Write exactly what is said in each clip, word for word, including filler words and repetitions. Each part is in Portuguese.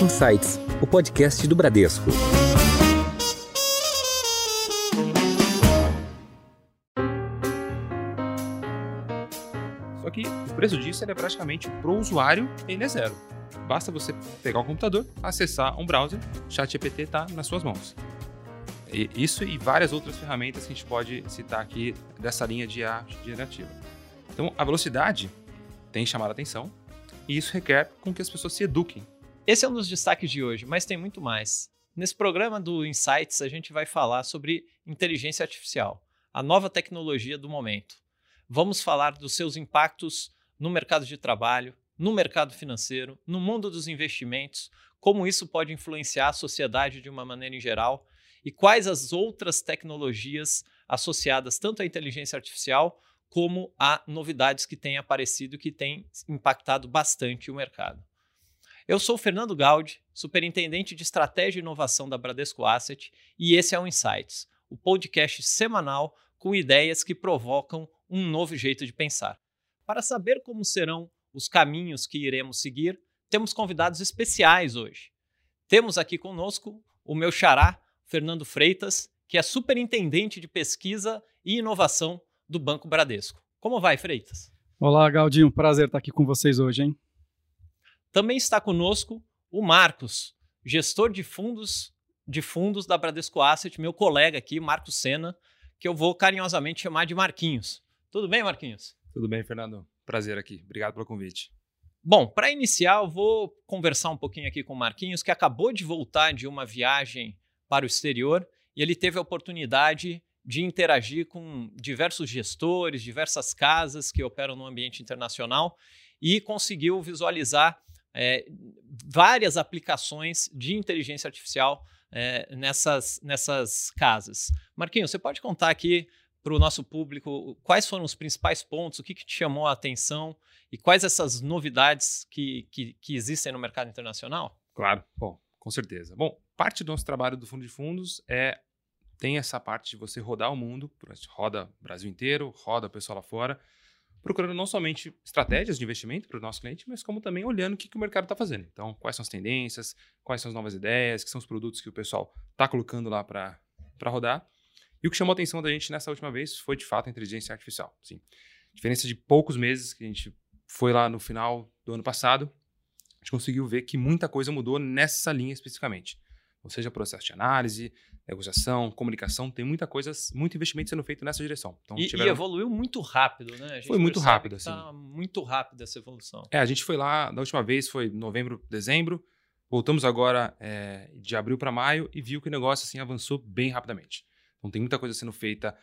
Insights, o podcast do Bradesco. Só que o preço disso ele é praticamente para o usuário, ele é zero. Basta você pegar o computador, acessar um browser, ChatGPT está nas suas mãos. E isso e várias outras ferramentas que a gente pode citar aqui dessa linha de I A generativa. Então, a velocidade tem chamado a atenção e isso requer com que as pessoas se eduquem. Esse é um dos destaques de hoje, mas tem muito mais. Nesse programa do Insights, a gente vai falar sobre inteligência artificial, a nova tecnologia do momento. Vamos falar dos seus impactos no mercado de trabalho, no mercado financeiro, no mundo dos investimentos, como isso pode influenciar a sociedade de uma maneira em geral e quais as outras tecnologias associadas tanto à inteligência artificial como a novidades que têm aparecido e que têm impactado bastante o mercado. Eu sou o Fernando Gaudi, superintendente de estratégia e inovação da Bradesco Asset, e esse é o Insights, o podcast semanal com ideias que provocam um novo jeito de pensar. Para saber como serão os caminhos que iremos seguir, temos convidados especiais hoje. Temos aqui conosco o meu xará, Fernando Freitas, que é superintendente de pesquisa e inovação do Banco Bradesco. Como vai, Freitas? Olá, Galdinho. Prazer estar aqui com vocês hoje, hein? Também está conosco o Marcos, gestor de fundos, de fundos da Bradesco Asset, meu colega aqui, Marcos Sena, que eu vou carinhosamente chamar de Marquinhos. Tudo bem, Marquinhos? Tudo bem, Fernando. Prazer aqui. Obrigado pelo convite. Bom, para iniciar, eu vou conversar um pouquinho aqui com o Marquinhos, que acabou de voltar de uma viagem para o exterior e ele teve a oportunidade de interagir com diversos gestores, diversas casas que operam no ambiente internacional e conseguiu visualizar é, várias aplicações de inteligência artificial é, nessas, nessas casas. Marquinhos, você pode contar aqui para o nosso público quais foram os principais pontos, o que, que te chamou a atenção e quais essas novidades que, que, que existem no mercado internacional? Claro, bom, com certeza. Bom, parte do nosso trabalho do Fundo de Fundos é tem essa parte de você rodar o mundo, roda o Brasil inteiro, roda o pessoal lá fora, procurando não somente estratégias de investimento para o nosso cliente, mas como também olhando o que, que o mercado está fazendo. Então, quais são as tendências, quais são as novas ideias, que são os produtos que o pessoal está colocando lá para rodar. E o que chamou a atenção da gente nessa última vez foi, de fato, a inteligência artificial. Assim, diferença de poucos meses que a gente foi lá no final do ano passado, a gente conseguiu ver que muita coisa mudou nessa linha especificamente. Ou seja, processo de análise, negociação, comunicação, tem muita coisa, muito investimento sendo feito nessa direção. Então, e, tiveram... e evoluiu muito rápido, né? A gente foi muito rápido, assim. Tá muito rápido essa evolução. É, a gente foi lá, da última vez foi novembro, dezembro, voltamos agora é, de abril para maio e viu que o negócio assim, avançou bem rapidamente. Então, tem muita coisa sendo feita,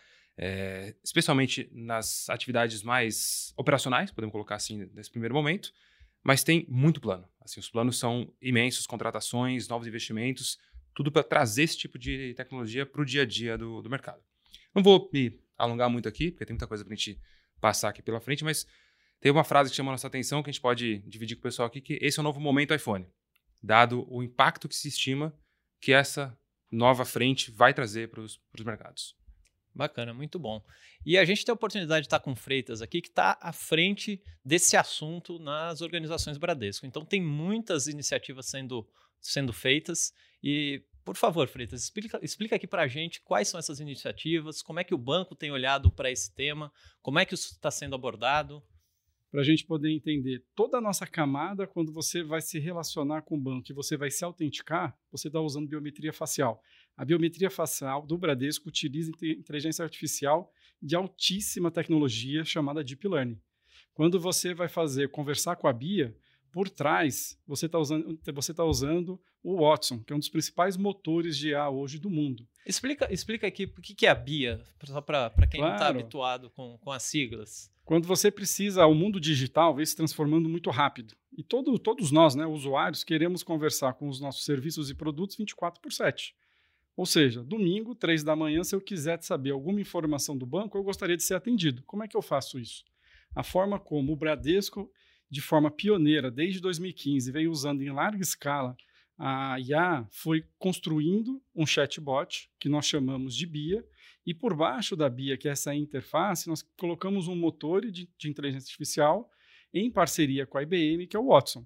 é, especialmente nas atividades mais operacionais, podemos colocar assim, nesse primeiro momento, mas tem muito plano. Assim, os planos são imensos, contratações, novos investimentos, tudo para trazer esse tipo de tecnologia para o dia a dia do, do mercado. Não vou me alongar muito aqui, porque tem muita coisa para a gente passar aqui pela frente, mas tem uma frase que chama a nossa atenção, que a gente pode dividir com o pessoal aqui, que esse é o novo momento iPhone, dado o impacto que se estima que essa nova frente vai trazer para os mercados. Bacana, muito bom. E a gente tem a oportunidade de estar com o Freitas aqui, que está à frente desse assunto nas organizações Bradesco. Então, tem muitas iniciativas sendo, sendo feitas. E, por favor, Freitas, explica, explica aqui para a gente quais são essas iniciativas, como é que o banco tem olhado para esse tema, como é que isso está sendo abordado. Para a gente poder entender toda a nossa camada, quando você vai se relacionar com o banco e você vai se autenticar, você está usando biometria facial. A biometria facial do Bradesco utiliza inteligência artificial de altíssima tecnologia chamada Deep Learning. Quando você vai fazer, conversar com a Bia, por trás você está usando, você tá usando o Watson, que é um dos principais motores de I A hoje do mundo. Explica, explica aqui o que é a Bia, só para quem claro. não está habituado com, com as siglas. Quando você precisa, o mundo digital vem se transformando muito rápido. E todo, todos nós, né, usuários, queremos conversar com os nossos serviços e produtos vinte e quatro por sete. Ou seja, domingo, três da manhã, se eu quiser saber alguma informação do banco, eu gostaria de ser atendido. Como é que eu faço isso? A forma como o Bradesco, de forma pioneira, desde dois mil e quinze, vem usando em larga escala a I A, foi construindo um chatbot, que nós chamamos de Bia, e por baixo da Bia, que é essa interface, nós colocamos um motor de, de inteligência artificial em parceria com a I B M, que é o Watson.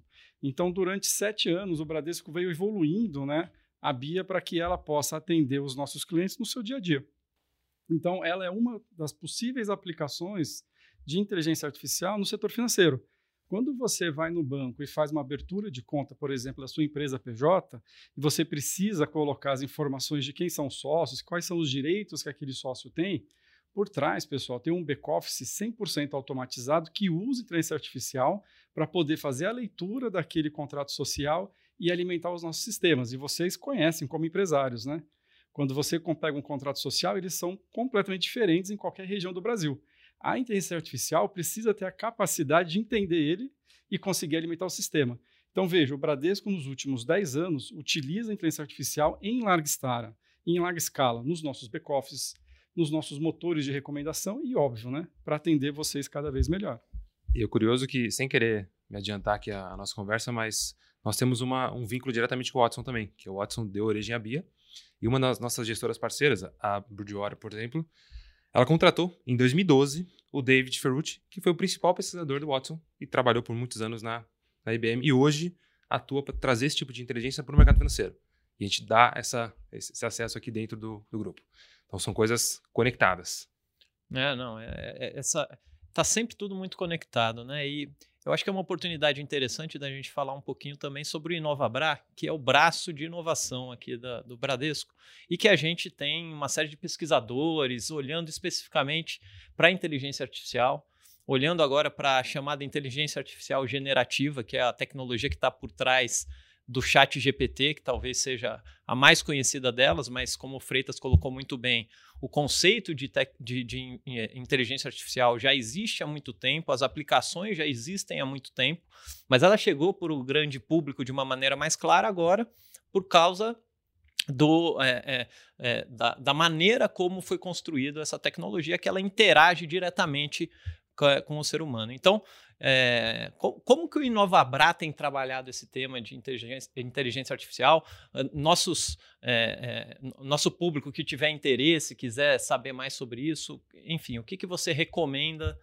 Então, durante sete anos, o Bradesco veio evoluindo, né, a B I A para que ela possa atender os nossos clientes no seu dia a dia. Então, ela é uma das possíveis aplicações de inteligência artificial no setor financeiro. Quando você vai no banco e faz uma abertura de conta, por exemplo, da sua empresa P J, e você precisa colocar as informações de quem são os sócios, quais são os direitos que aquele sócio tem, por trás, pessoal, tem um back-office cem por cento automatizado que usa inteligência artificial para poder fazer a leitura daquele contrato social e alimentar os nossos sistemas. E vocês conhecem como empresários, né? Quando você pega um contrato social, eles são completamente diferentes em qualquer região do Brasil. A inteligência artificial precisa ter a capacidade de entender ele e conseguir alimentar o sistema. Então, veja, o Bradesco, nos últimos dez anos, utiliza a inteligência artificial em larga escala, em larga escala, nos nossos back-offices, nos nossos motores de recomendação e, óbvio, né, para atender vocês cada vez melhor. E é curioso que, sem querer me adiantar aqui a, a nossa conversa, mas nós temos uma, um vínculo diretamente com o Watson também, que o Watson deu origem à B I A, e uma das nossas gestoras parceiras, a Bridgewater, por exemplo, ela contratou, em dois mil e doze, o David Ferrucci, que foi o principal pesquisador do Watson e trabalhou por muitos anos na, na I B M, e hoje atua para trazer esse tipo de inteligência para o mercado financeiro. E a gente dá essa, esse acesso aqui dentro do, do grupo. Então, são coisas conectadas. É, não, é, é, essa, tá sempre tudo muito conectado, né? E eu acho que é uma oportunidade interessante da gente falar um pouquinho também sobre o InovaBra, que é o braço de inovação aqui da, do Bradesco, e que a gente tem uma série de pesquisadores olhando especificamente para a inteligência artificial, olhando agora para a chamada inteligência artificial generativa, que é a tecnologia que está por trás do chat G P T, que talvez seja a mais conhecida delas, mas como o Freitas colocou muito bem, o conceito de, tec- de, de inteligência artificial já existe há muito tempo, as aplicações já existem há muito tempo, mas ela chegou para o grande público de uma maneira mais clara agora, por causa do, é, é, é, da, da maneira como foi construída essa tecnologia, que ela interage diretamente com, com o ser humano. Então, É, co- como que o InovaBra tem trabalhado esse tema de inteligência, inteligência artificial? Nossos, é, é, nosso público que tiver interesse, quiser saber mais sobre isso, enfim, o que, que você recomenda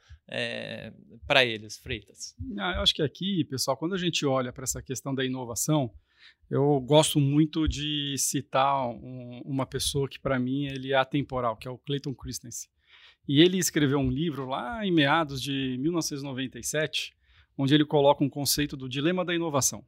é, para eles, Freitas? Ah, eu acho que aqui, pessoal, quando a gente olha para essa questão da inovação, eu gosto muito de citar um, uma pessoa que, para mim, ele é atemporal, que é o Clayton Christensen. E ele escreveu um livro lá em meados de mil novecentos e noventa e sete, onde ele coloca um conceito do dilema da inovação.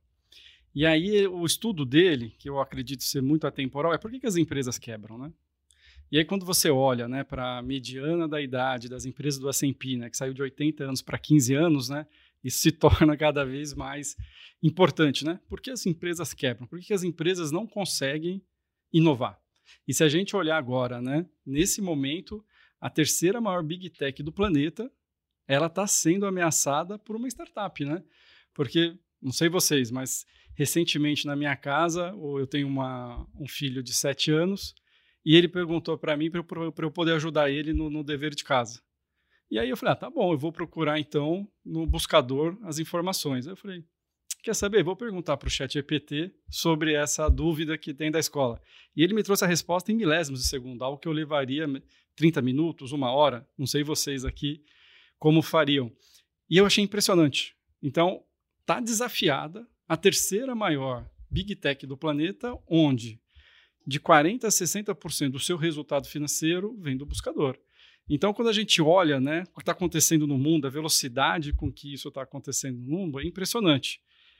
E aí o estudo dele, que eu acredito ser muito atemporal, é por que, que as empresas quebram, né? E aí quando você olha, né, para a mediana da idade das empresas do S and P, né, que saiu de oitenta anos para quinze anos, né, isso se torna cada vez mais importante, né? Por que as empresas quebram? Por que, que as empresas não conseguem inovar? E se a gente olhar agora, né, nesse momento, a terceira maior Big Tech do planeta, ela está sendo ameaçada por uma startup, né? Porque, não sei vocês, mas recentemente na minha casa, eu tenho uma, um filho de sete anos, e ele perguntou para mim para eu, eu poder ajudar ele no, no dever de casa. E aí eu falei, ah, tá bom, eu vou procurar então no buscador as informações. Aí eu falei, quer saber? Vou perguntar para o chat G P T sobre essa dúvida que tem da escola. E ele me trouxe a resposta em milésimos de segundo, algo que eu levaria trinta minutos, uma hora, não sei vocês aqui como fariam. E eu achei impressionante. Então, está desafiada a terceira maior Big Tech do planeta, onde de quarenta por cento a sessenta por cento do seu resultado financeiro vem do buscador. Então, quando a gente olha, né, o que está acontecendo no mundo, a velocidade com que isso está acontecendo no mundo, é impressionante.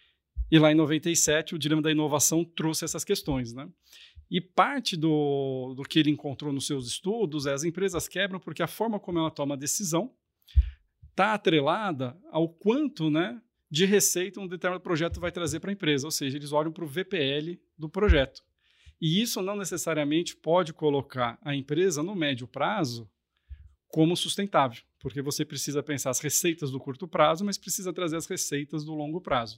E lá em noventa e sete, o dilema da inovação trouxe essas questões, né? E parte do, do que ele encontrou nos seus estudos é as empresas quebram porque a forma como ela toma a decisão está atrelada ao quanto, né, de receita um determinado projeto vai trazer para a empresa. Ou seja, eles olham para o V P L do projeto. E isso não necessariamente pode colocar a empresa no médio prazo como sustentável, porque você precisa pensar as receitas do curto prazo, mas precisa trazer as receitas do longo prazo.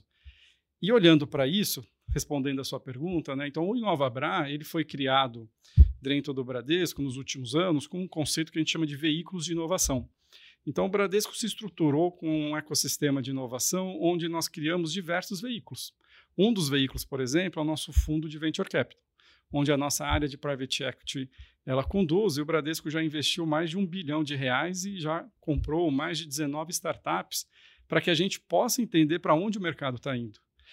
E olhando para isso, respondendo a sua pergunta, né, então o InovaBra ele foi criado dentro do Bradesco nos últimos anos com um conceito que a gente chama de veículos de inovação. Então o Bradesco se estruturou com um ecossistema de inovação onde nós criamos diversos veículos. Um dos veículos, por exemplo, é o nosso fundo de Venture Capital, onde a nossa área de Private Equity ela conduz, e o Bradesco já investiu mais de um bilhão de reais e já comprou mais de dezenove startups para que a gente possa entender para onde o mercado está indo.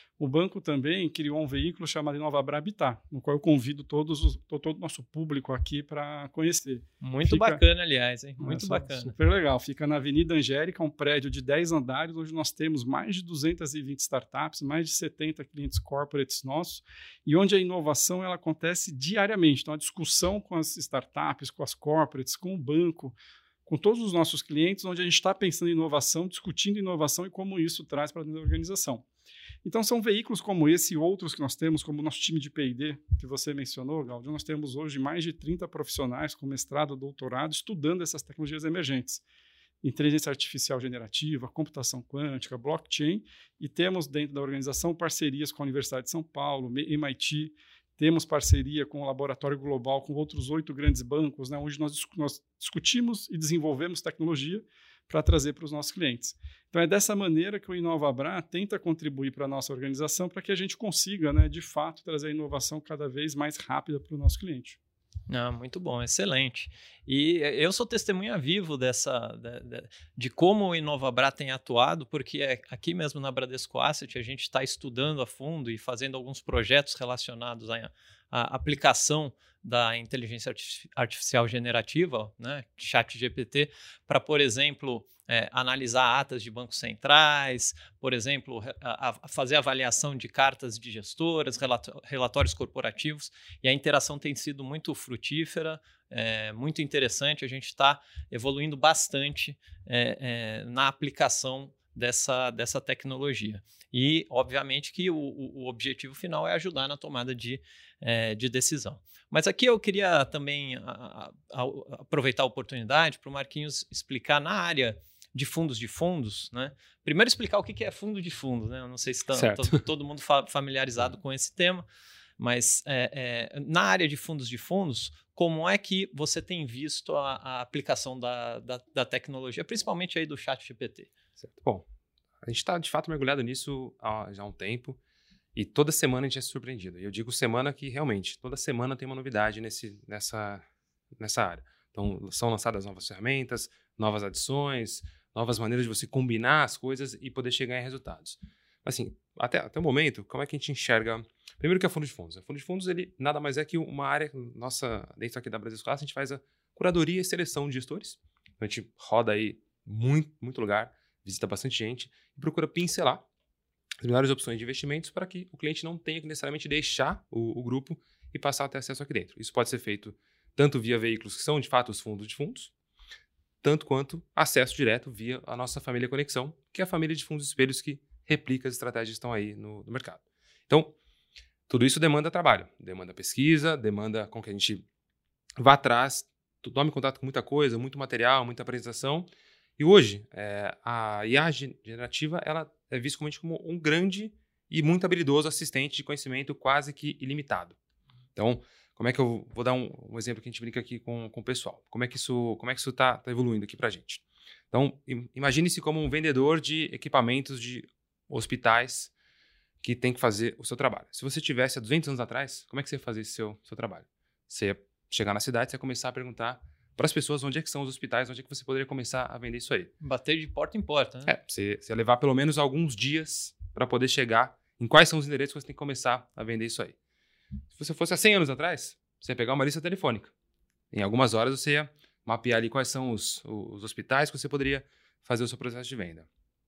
O banco também criou um veículo chamado InovaBrá Habitat, no qual eu convido todos os, todo o nosso público aqui para conhecer. Muito Fica, bacana, aliás, hein? Muito é, bacana. Super legal. Fica na Avenida Angélica, um prédio de dez andares, onde nós temos mais de duzentas e vinte startups, mais de setenta clientes corporates nossos, e onde a inovação ela acontece diariamente. Então, a discussão com as startups, com as corporates, com o banco, com todos os nossos clientes, onde a gente está pensando em inovação, discutindo inovação e como isso traz para dentro da organização. Então, são veículos como esse e outros que nós temos, como o nosso time de P e D, que você mencionou, Gaudio. Nós temos hoje mais de trinta profissionais com mestrado, doutorado, estudando essas tecnologias emergentes. Inteligência artificial generativa, computação quântica, blockchain, e temos dentro da organização parcerias com a Universidade de São Paulo, M I T, temos parceria com o Laboratório Global, com outros oito grandes bancos, né, onde nós, nós discutimos e desenvolvemos tecnologia para trazer para os nossos clientes. Então, é dessa maneira que o InovaBrá tenta contribuir para a nossa organização para que a gente consiga, né, de fato, trazer a inovação cada vez mais rápida para o nosso cliente. Ah, muito bom, excelente. E eu sou testemunha vivo dessa, de, de, de como o InovaBrá tem atuado, porque aqui mesmo na Bradesco Asset a gente está estudando a fundo e fazendo alguns projetos relacionados à, à aplicação da inteligência artificial generativa, né, ChatGPT, para, por exemplo, é, analisar atas de bancos centrais, por exemplo, a, a fazer avaliação de cartas de gestoras, relatórios corporativos, e a interação tem sido muito frutífera, é, muito interessante. A gente está evoluindo bastante é, é, na aplicação dessa, dessa tecnologia. E, obviamente, que o, o objetivo final é ajudar na tomada de, é, de decisão. Mas aqui eu queria também a, a, a, aproveitar a oportunidade para o Marquinhos explicar na área de fundos de fundos, né? Primeiro explicar o que é fundo de fundos, né? Eu não sei se está todo, todo mundo fa familiarizado com esse tema, mas é, é, na área de fundos de fundos, como é que você tem visto a, a aplicação da, da, da tecnologia, principalmente aí do ChatGPT? Certo. Bom, a gente está de fato mergulhado nisso há já há um tempo. E toda semana a gente é surpreendido. E eu digo semana que realmente, toda semana tem uma novidade nesse, nessa, nessa área. Então, são lançadas novas ferramentas, novas adições, novas maneiras de você combinar as coisas e poder chegar em resultados. Assim, até, até o momento, como é que a gente enxerga... Primeiro que é fundo de fundos. O fundo de fundos, ele nada mais é que uma área, nossa, dentro aqui da Bradesco Asset, a gente faz a curadoria e seleção de gestores. Então, a gente roda aí muito, muito lugar, visita bastante gente e procura pincelar as melhores opções de investimentos para que o cliente não tenha que necessariamente deixar o, o grupo e passar a ter acesso aqui dentro. Isso pode ser feito tanto via veículos que são, de fato, os fundos de fundos, tanto quanto acesso direto via a nossa família Conexão, que é a família de fundos espelhos que replica as estratégias que estão aí no, no mercado. Então, tudo isso demanda trabalho, demanda pesquisa, demanda com que a gente vá atrás, tome contato com muita coisa, muito material, muita apresentação. E hoje, é, a I A generativa ela é vista como um grande e muito habilidoso assistente de conhecimento quase que ilimitado. Então, como é que eu vou dar um, um exemplo que a gente brinca aqui com, com o pessoal? Como é que isso como é que isso está tá evoluindo aqui para a gente? Então, imagine-se como um vendedor de equipamentos de hospitais que tem que fazer o seu trabalho. Se você tivesse há duzentos anos atrás, como é que você ia fazer esse seu, seu trabalho? Você ia chegar na cidade, você ia começar a perguntar para as pessoas onde é que são os hospitais, onde é que você poderia começar a vender isso aí. Bater de porta em porta, né? É, você, você ia levar pelo menos alguns dias para poder chegar em quais são os endereços que você tem que começar a vender isso aí. Se você fosse há cem anos atrás, você ia pegar uma lista telefônica. Em algumas horas você ia mapear ali quais são os, os hospitais que você poderia fazer o seu processo de venda.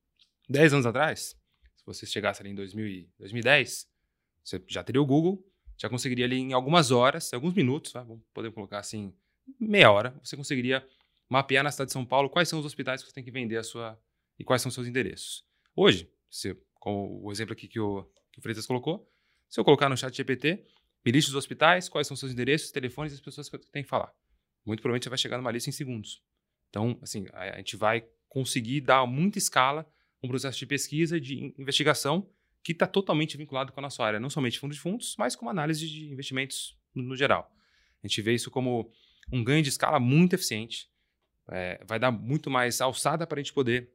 dez anos atrás, se você chegasse ali em dois mil e dez, você já teria o Google, já conseguiria ali em algumas horas, alguns minutos, tá? Vamos poder colocar assim, meia hora, você conseguiria mapear na cidade de São Paulo quais são os hospitais que você tem que vender a sua e quais são os seus endereços. Hoje, se, como o exemplo aqui que o, que o Freitas colocou, se eu colocar no chat G P T, me liste os hospitais, quais são os seus endereços, telefones e as pessoas que eu tenho que falar. Muito provavelmente você vai chegar numa lista em segundos. Então, assim, a, a gente vai conseguir dar muita escala um processo de pesquisa e de investigação que está totalmente vinculado com a nossa área, não somente fundos de fundos, mas com análise de investimentos no, no geral. A gente vê isso como um ganho de escala muito eficiente, é, vai dar muito mais alçada para a gente poder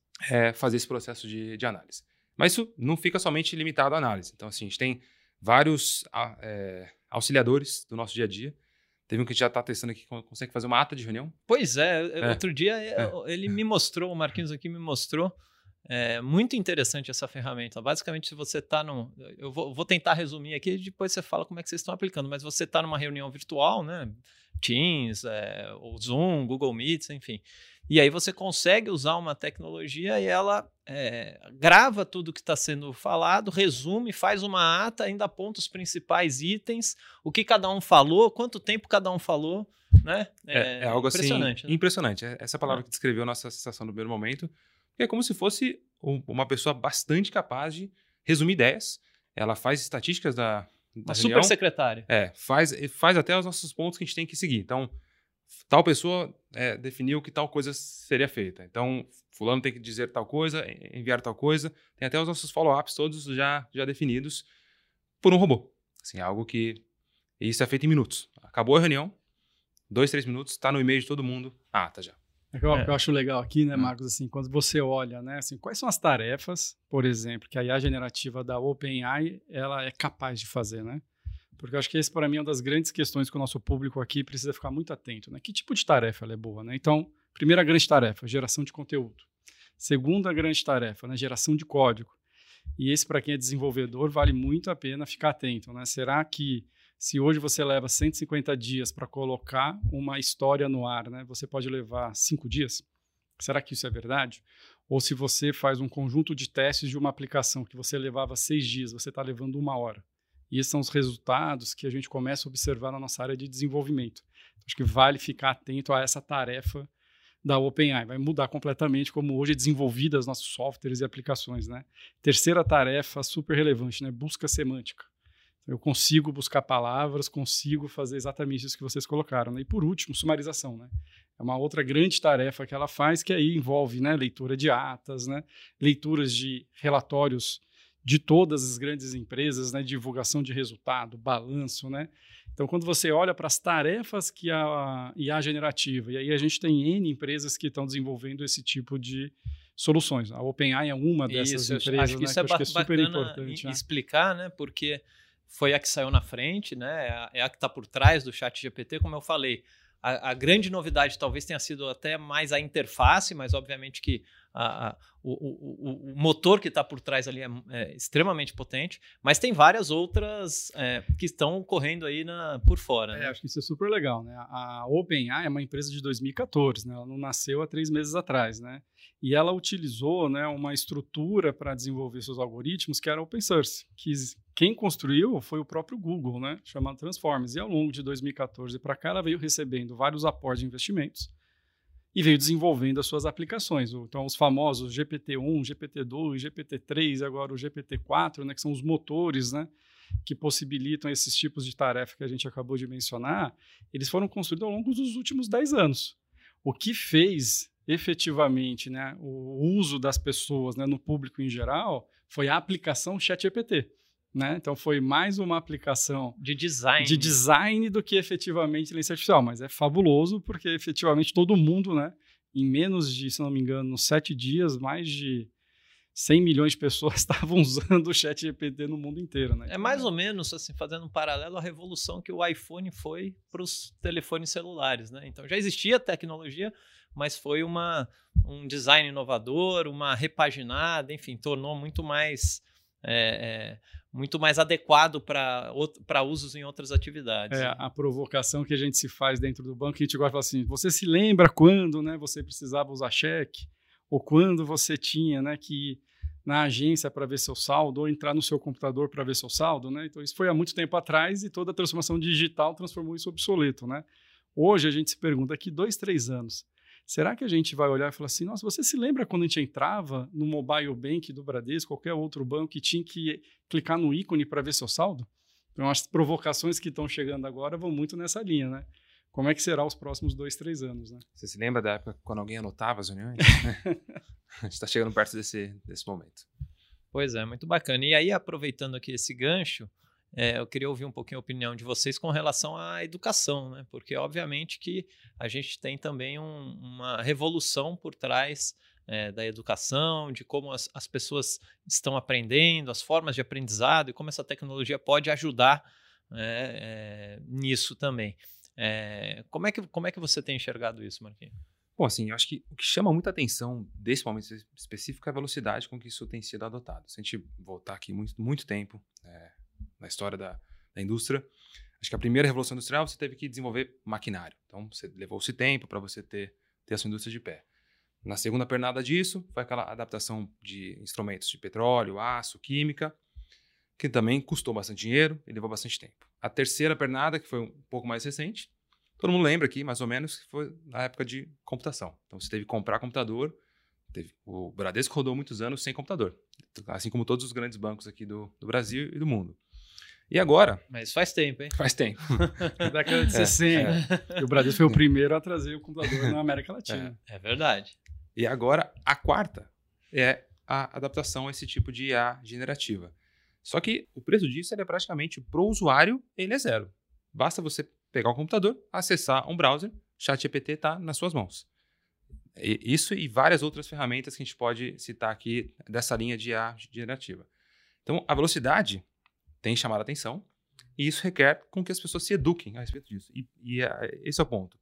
é, fazer esse processo de, de análise. Mas isso não fica somente limitado à análise. Então, assim, a gente tem vários é, auxiliadores do nosso dia a dia. Teve um que a gente já está testando aqui, que consegue fazer uma ata de reunião. Pois é, é. outro dia é. ele me mostrou, o Marquinhos aqui me mostrou, É muito interessante essa ferramenta. Basicamente, se você está no... Eu vou, vou tentar resumir aqui, depois você fala como é que vocês estão aplicando. Mas você está numa reunião virtual, né? Teams, é, o Zoom, Google Meets, enfim. E aí você consegue usar uma tecnologia e ela é, grava tudo que está sendo falado, resume, faz uma ata, ainda aponta os principais itens, o que cada um falou, quanto tempo cada um falou, né? É, é, é algo impressionante, assim, né? impressionante. Essa palavra É. que descreveu a nossa sensação no primeiro momento. É como se fosse um, uma pessoa bastante capaz de resumir ideias. Ela faz estatísticas da, da Uma reunião. super secretária. É, faz, faz até os nossos pontos que a gente tem que seguir. Então, tal pessoa é, definiu que tal coisa seria feita. Então, fulano tem que dizer tal coisa, enviar tal coisa. Tem até os nossos follow-ups todos já, já definidos por um robô. Assim, algo que... Isso é feito em minutos. Acabou a reunião, dois, três minutos, está no e-mail de todo mundo. Ah, tá já. O que eu, É. que eu acho legal aqui, né, Hum. Marcos, assim, quando você olha, né, assim, quais são as tarefas, por exemplo, que a I A generativa da OpenAI, ela é capaz de fazer, né? Porque eu acho que esse, para mim, é uma das grandes questões que o nosso público aqui precisa ficar muito atento, né? Que tipo de tarefa ela é boa, né? Então, primeira grande tarefa, geração de conteúdo. Segunda grande tarefa, né, geração de código. E esse, para quem é desenvolvedor, vale muito a pena ficar atento, né? Será que se hoje você leva cento e cinquenta dias para colocar uma história no ar, né, você pode levar cinco dias? Será que isso é verdade? Ou se você faz um conjunto de testes de uma aplicação que você levava seis dias, você está levando uma hora. E esses são os resultados que a gente começa a observar na nossa área de desenvolvimento. Acho que vale ficar atento a essa tarefa da OpenAI. Vai mudar completamente como hoje é desenvolvida os nossos softwares e aplicações, né? Terceira tarefa super relevante, né? Busca semântica. Eu consigo buscar palavras, consigo fazer exatamente isso que vocês colocaram, né? E por último, sumarização, né? É uma outra grande tarefa que ela faz, que aí envolve, né, leitura de atas, né, leituras de relatórios de todas as grandes empresas, né, divulgação de resultado, balanço, né? Então, quando você olha para as tarefas que a I A generativa, e aí a gente tem N empresas que estão desenvolvendo esse tipo de soluções. A OpenAI é uma dessas Isso, empresas, acho que né, isso que é, eu acho que é super bacana importante. Né? explicar, né? Porque foi a que saiu na frente, né? É a, é a que está por trás do ChatGPT, como eu falei. A, a grande novidade talvez tenha sido até mais a interface, mas obviamente que a, a, o, o, o motor que está por trás ali é, é extremamente potente, mas tem várias outras é, que estão correndo aí na, por fora. É, né? acho que isso é super legal, né? A OpenAI é uma empresa de dois mil e quatorze, né? Ela não nasceu há três meses atrás, né? E ela utilizou, né, uma estrutura para desenvolver seus algoritmos que era open source, que quem construiu foi o próprio Google, né? Chamado Transformers. E ao longo de dois mil e quatorze para cá, ela veio recebendo vários aportes de investimentos e veio desenvolvendo as suas aplicações. Então, os famosos G P T um, G P T dois, G P T três e agora o G P T quatro, né, que são os motores, né, que possibilitam esses tipos de tarefa que a gente acabou de mencionar, eles foram construídos ao longo dos últimos dez anos. O que fez efetivamente, né, o uso das pessoas, né, no público em geral foi a aplicação ChatGPT. Né? Então foi mais uma aplicação de design. de design do que efetivamente inteligência artificial, mas é fabuloso porque efetivamente todo mundo, né, em menos de, se não me engano, sete dias, mais de cem milhões de pessoas estavam usando o ChatGPT no mundo inteiro. Né? É mais ou menos, assim, fazendo um paralelo, a revolução que o iPhone foi para os telefones celulares. Né? Então já existia tecnologia, mas foi uma, um design inovador, uma repaginada, enfim, tornou muito mais... É, é, muito mais adequado para usos em outras atividades. É, né? A provocação que a gente se faz dentro do banco, a gente gosta de falar assim, você se lembra quando, né, você precisava usar cheque? Ou quando você tinha, né, que ir na agência para ver seu saldo, ou entrar no seu computador para ver seu saldo? Né? Então, isso foi há muito tempo atrás e toda a transformação digital transformou isso obsoleto. Né? Hoje, a gente se pergunta, daqui dois, três anos, será que a gente vai olhar e falar assim, nossa, você se lembra quando a gente entrava no mobile bank do Bradesco, qualquer outro banco, que tinha que clicar no ícone para ver seu saldo? Então, as provocações que estão chegando agora vão muito nessa linha, né? Como é que será os próximos dois, três anos, né? Você se lembra da época quando alguém anotava as reuniões? A gente está chegando perto desse, desse momento. Pois é, muito bacana. E aí, aproveitando aqui esse gancho, É, eu queria ouvir um pouquinho a opinião de vocês com relação à educação, né? Porque obviamente que a gente tem também um, uma revolução por trás é, da educação, de como as, as pessoas estão aprendendo, as formas de aprendizado e como essa tecnologia pode ajudar é, é, nisso também. É, como, é que, como é que você tem enxergado isso, Marquinhos? Bom, assim, eu acho que o que chama muita atenção desse momento específico é a velocidade com que isso tem sido adotado. Se a gente voltar aqui muito, muito tempo é, na história da, da indústria, acho que a primeira revolução industrial você teve que desenvolver maquinário. Então, você levou-se tempo para você ter, ter a sua indústria de pé. Na segunda pernada disso, foi aquela adaptação de instrumentos de petróleo, aço, química, que também custou bastante dinheiro e levou bastante tempo. A terceira pernada, que foi um pouco mais recente, todo mundo lembra aqui, mais ou menos, que foi na época de computação. Então, você teve que comprar computador. Teve, o Bradesco rodou muitos anos sem computador, assim como todos os grandes bancos aqui do, do Brasil e do mundo. E agora... Mas faz tempo, hein? Faz tempo. Década de sessenta. É, é. E o Bradesco foi o primeiro a trazer o computador na América Latina. É, é verdade. E agora, a quarta é a adaptação a esse tipo de I A generativa. Só que o preço disso ele é praticamente, para o usuário, ele é zero. Basta você pegar o computador, acessar um browser, ChatGPT está nas suas mãos. E isso e várias outras ferramentas que a gente pode citar aqui dessa linha de I A generativa. Então, a velocidade tem chamado a atenção e isso requer com que as pessoas se eduquem a respeito disso. E, e é, esse é o ponto.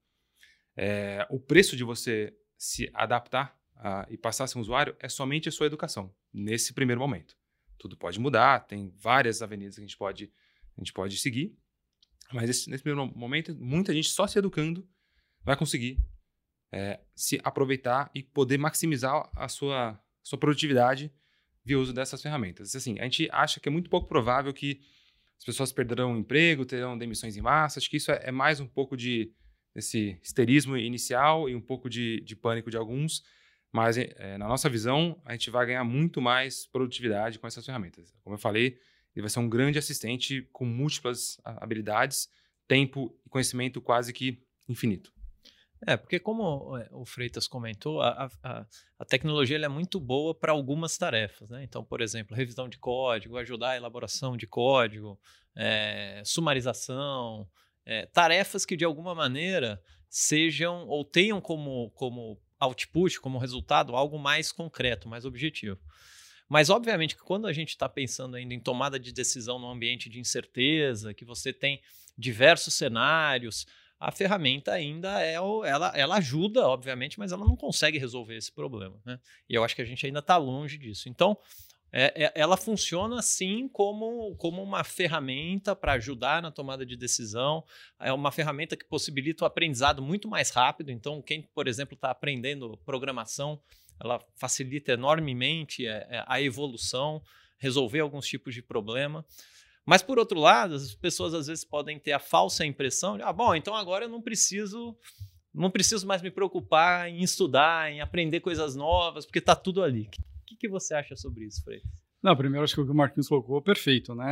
É, o preço de você se adaptar a, e passar a ser um usuário é somente a sua educação, nesse primeiro momento. Tudo pode mudar, tem várias avenidas que a gente pode, a gente pode seguir, mas esse, nesse primeiro momento, muita gente só se educando vai conseguir é, se aproveitar e poder maximizar a sua, sua produtividade via uso dessas ferramentas. Assim, a gente acha que é muito pouco provável que as pessoas perderão o emprego, terão demissões em massa. Acho que isso é, é mais um pouco de esse histerismo inicial e um pouco de, de pânico de alguns, mas é, na nossa visão, a gente vai ganhar muito mais produtividade com essas ferramentas. Como eu falei, ele vai ser um grande assistente com múltiplas habilidades, tempo e conhecimento quase que infinito. É, porque como o Freitas comentou, a, a, a tecnologia ela é muito boa para algumas tarefas, né? Então, por exemplo, revisão de código, ajudar a elaboração de código, é, sumarização, é, tarefas que de alguma maneira sejam ou tenham como, como output, como resultado, algo mais concreto, mais objetivo. Mas, obviamente, que quando a gente está pensando ainda em tomada de decisão num ambiente de incerteza, que você tem diversos cenários, a ferramenta ainda é, ela, ela ajuda, obviamente, mas ela não consegue resolver esse problema, né? E eu acho que a gente ainda está longe disso. Então, é, é, ela funciona sim como, como uma ferramenta para ajudar na tomada de decisão. É uma ferramenta que possibilita o aprendizado muito mais rápido. Então, quem, por exemplo, está aprendendo programação, ela facilita enormemente a evolução, resolver alguns tipos de problema. Mas, por outro lado, as pessoas às vezes podem ter a falsa impressão de, ah, bom, então agora eu não preciso, não preciso mais me preocupar em estudar, em aprender coisas novas, porque está tudo ali. O que, que você acha sobre isso, Freitas? Não, primeiro acho que o que o Marquinhos colocou é perfeito, né?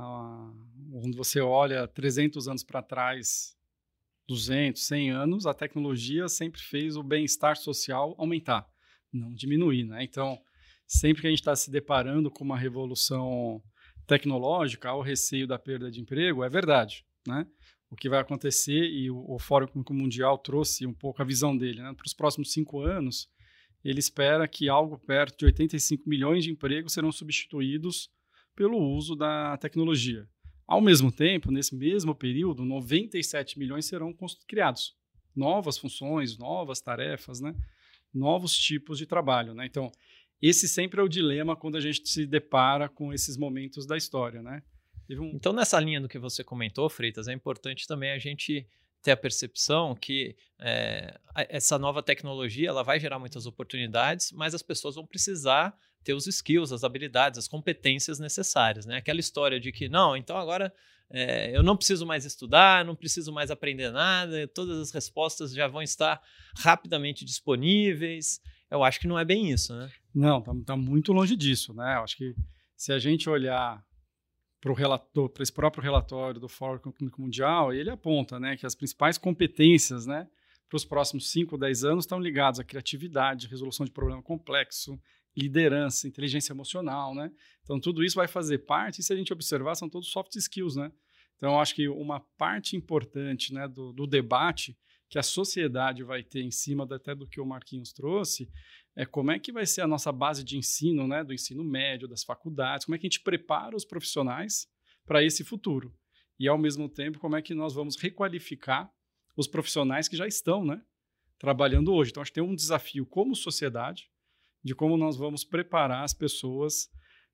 Quando você olha trezentos anos para trás, duzentos, cem anos, a tecnologia sempre fez o bem-estar social aumentar, não diminuir, né? Então, sempre que a gente está se deparando com uma revolução tecnológica, ao receio da perda de emprego, é verdade, né? O que vai acontecer, e o, o Fórum Econômico Mundial trouxe um pouco a visão dele, né? Para os próximos cinco anos, ele espera que algo perto de oitenta e cinco milhões de empregos serão substituídos pelo uso da tecnologia. Ao mesmo tempo, nesse mesmo período, noventa e sete milhões serão criados. Novas funções, novas tarefas, né? Novos tipos de trabalho, né? Então, esse sempre é o dilema quando a gente se depara com esses momentos da história, né? Um... Então, nessa linha do que você comentou, Freitas, é importante também a gente ter a percepção que é, essa nova tecnologia ela vai gerar muitas oportunidades, mas as pessoas vão precisar ter os skills, as habilidades, as competências necessárias, né? Aquela história de que, não, então agora é, eu não preciso mais estudar, não preciso mais aprender nada, todas as respostas já vão estar rapidamente disponíveis. Eu acho que não é bem isso, né? Não, está tá muito longe disso, né? Eu acho que se a gente olhar para o relator, para esse próprio relatório do Fórum Econômico Mundial, ele aponta, né, que as principais competências, né, para os próximos cinco, dez anos estão ligadas à criatividade, resolução de problema complexo, liderança, inteligência emocional, né? Então, tudo isso vai fazer parte, e se a gente observar, são todos soft skills, né? Então, eu acho que uma parte importante, né, do, do debate que a sociedade vai ter em cima até do que o Marquinhos trouxe, é como é que vai ser a nossa base de ensino, né, do ensino médio, das faculdades, como é que a gente prepara os profissionais para esse futuro. E, ao mesmo tempo, como é que nós vamos requalificar os profissionais que já estão, né, trabalhando hoje. Então, acho que tem um desafio como sociedade de como nós vamos preparar as pessoas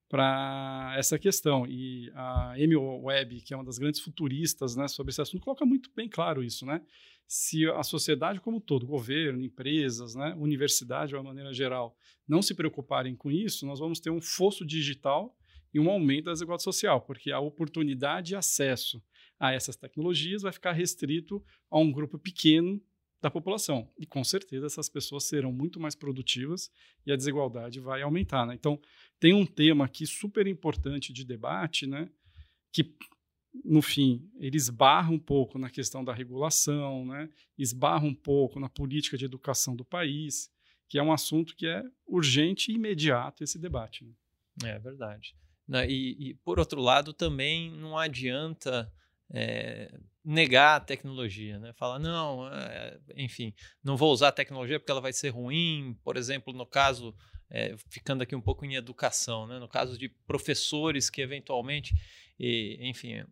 para essa questão. E a Amy Webb, que é uma das grandes futuristas, né, sobre esse assunto, coloca muito bem claro isso, né? Se a sociedade como um todo, governo, empresas, né, universidade de uma maneira geral, não se preocuparem com isso, nós vamos ter um fosso digital e um aumento da desigualdade social, porque a oportunidade e acesso a essas tecnologias vai ficar restrito a um grupo pequeno da população. E, com certeza, essas pessoas serão muito mais produtivas e a desigualdade vai aumentar, né? Então, tem um tema aqui super importante de debate, né, que, no fim, ele esbarra um pouco na questão da regulação, né, esbarra um pouco na política de educação do país, que é um assunto que é urgente e imediato esse debate. Né? É verdade. E, e, por outro lado, também não adianta é, negar a tecnologia, né? Falar, não, é, enfim, não vou usar a tecnologia porque ela vai ser ruim. Por exemplo, no caso, é, ficando aqui um pouco em educação, né? No caso de professores que eventualmente, e, enfim,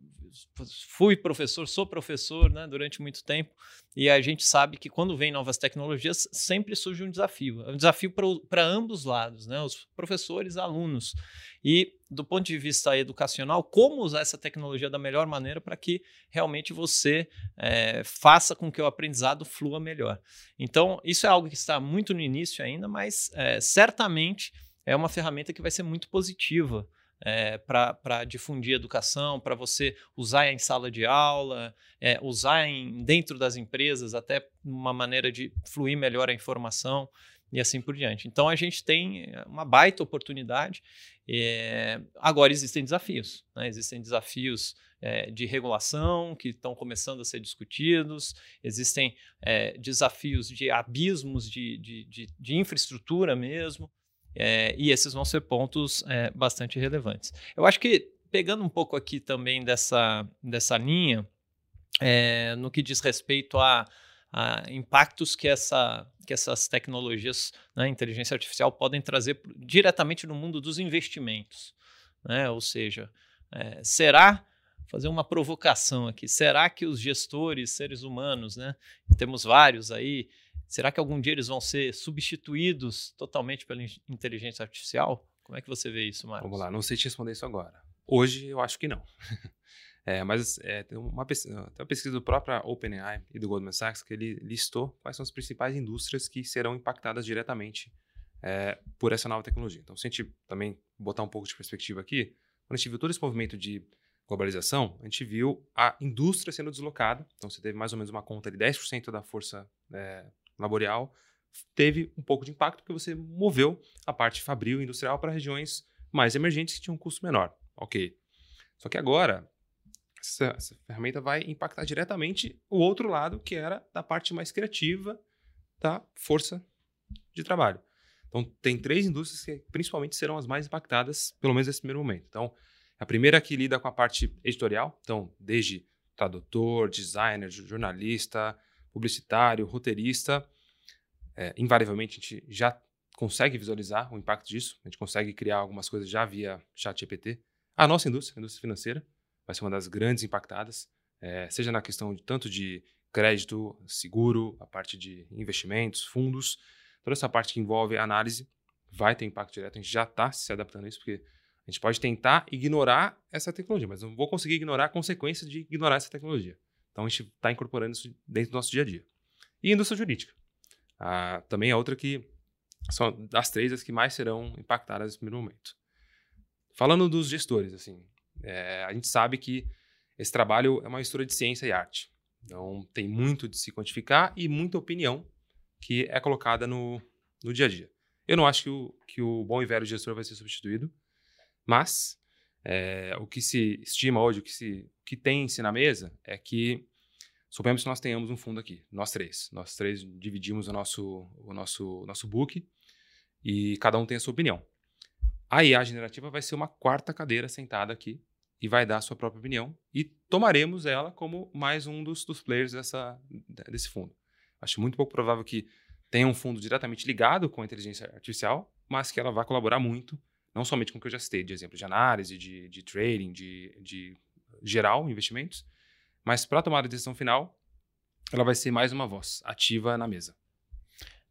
fui professor, sou professor, né, durante muito tempo, e a gente sabe que quando vem novas tecnologias sempre surge um desafio, é um desafio para ambos os lados, né, os professores, alunos, e do ponto de vista educacional, como usar essa tecnologia da melhor maneira para que realmente você é, faça com que o aprendizado flua melhor. Então, isso é algo que está muito no início ainda, mas é, certamente é uma ferramenta que vai ser muito positiva É, para difundir a educação, para você usar em sala de aula, é, usar em, dentro das empresas, até uma maneira de fluir melhor a informação e assim por diante. Então, a gente tem uma baita oportunidade. É, agora, existem desafios. Né? Existem desafios é, de regulação que estão começando a ser discutidos, existem é, desafios de abismos de, de, de, de infraestrutura mesmo. É, e esses vão ser pontos é, bastante relevantes. Eu acho que, pegando um pouco aqui também dessa, dessa linha, é, no que diz respeito a, a impactos que, essa, que essas tecnologias, né, inteligência artificial, podem trazer diretamente no mundo dos investimentos. Né? Ou seja, é, será, fazer uma provocação aqui, será que os gestores, seres humanos, né, temos vários aí, será que algum dia eles vão ser substituídos totalmente pela inteligência artificial? Como é que você vê isso, Marcos? Vamos lá, não sei te responder isso agora. Hoje eu acho que não. é, mas é, tem, uma pesquisa, tem uma pesquisa do próprio OpenAI e do Goldman Sachs que ele listou quais são as principais indústrias que serão impactadas diretamente é, por essa nova tecnologia. Então, se a gente também botar um pouco de perspectiva aqui, quando a gente viu todo esse movimento de globalização, a gente viu a indústria sendo deslocada. Então, você teve mais ou menos uma conta de dez por cento da força é, laboral, teve um pouco de impacto porque você moveu a parte fabril e industrial para regiões mais emergentes que tinham um custo menor. Ok. Só que agora, essa, essa ferramenta vai impactar diretamente o outro lado, que era da parte mais criativa da força de trabalho. Então, tem três indústrias que principalmente serão as mais impactadas, pelo menos nesse primeiro momento. Então, a primeira que lida com a parte editorial, então, desde tradutor, designer, jornalista, publicitário, roteirista, é, invariavelmente a gente já consegue visualizar o impacto disso, a gente consegue criar algumas coisas já via ChatGPT. A nossa indústria, a indústria financeira, vai ser uma das grandes impactadas, é, seja na questão de, tanto de crédito, seguro, a parte de investimentos, fundos, toda essa parte que envolve análise vai ter impacto direto, a gente já está se adaptando a isso, porque a gente pode tentar ignorar essa tecnologia, mas não vou conseguir ignorar a consequência de ignorar essa tecnologia. Então, a gente está incorporando isso dentro do nosso dia a dia. E a indústria jurídica. Ah, também é outra que são das três as que mais serão impactadas nesse primeiro momento. Falando dos gestores, assim, é, a gente sabe que esse trabalho é uma mistura de ciência e arte. Então, tem muito de se quantificar e muita opinião que é colocada no, no dia a dia. Eu não acho que o, que o bom e velho gestor vai ser substituído, mas é, o que se estima hoje, o que, se, o que tem-se na mesa é que, suponhamos que nós tenhamos um fundo aqui, nós três. Nós três dividimos o nosso, o nosso, nosso book e cada um tem a sua opinião. A I A generativa vai ser uma quarta cadeira sentada aqui e vai dar a sua própria opinião e tomaremos ela como mais um dos, dos players dessa, desse fundo. Acho muito pouco provável que tenha um fundo diretamente ligado com a inteligência artificial, mas que ela vai colaborar muito, não somente com o que eu já citei, de exemplo de análise, de, de trading, de, de geral investimentos, mas para a tomada de decisão final, ela vai ser mais uma voz ativa na mesa.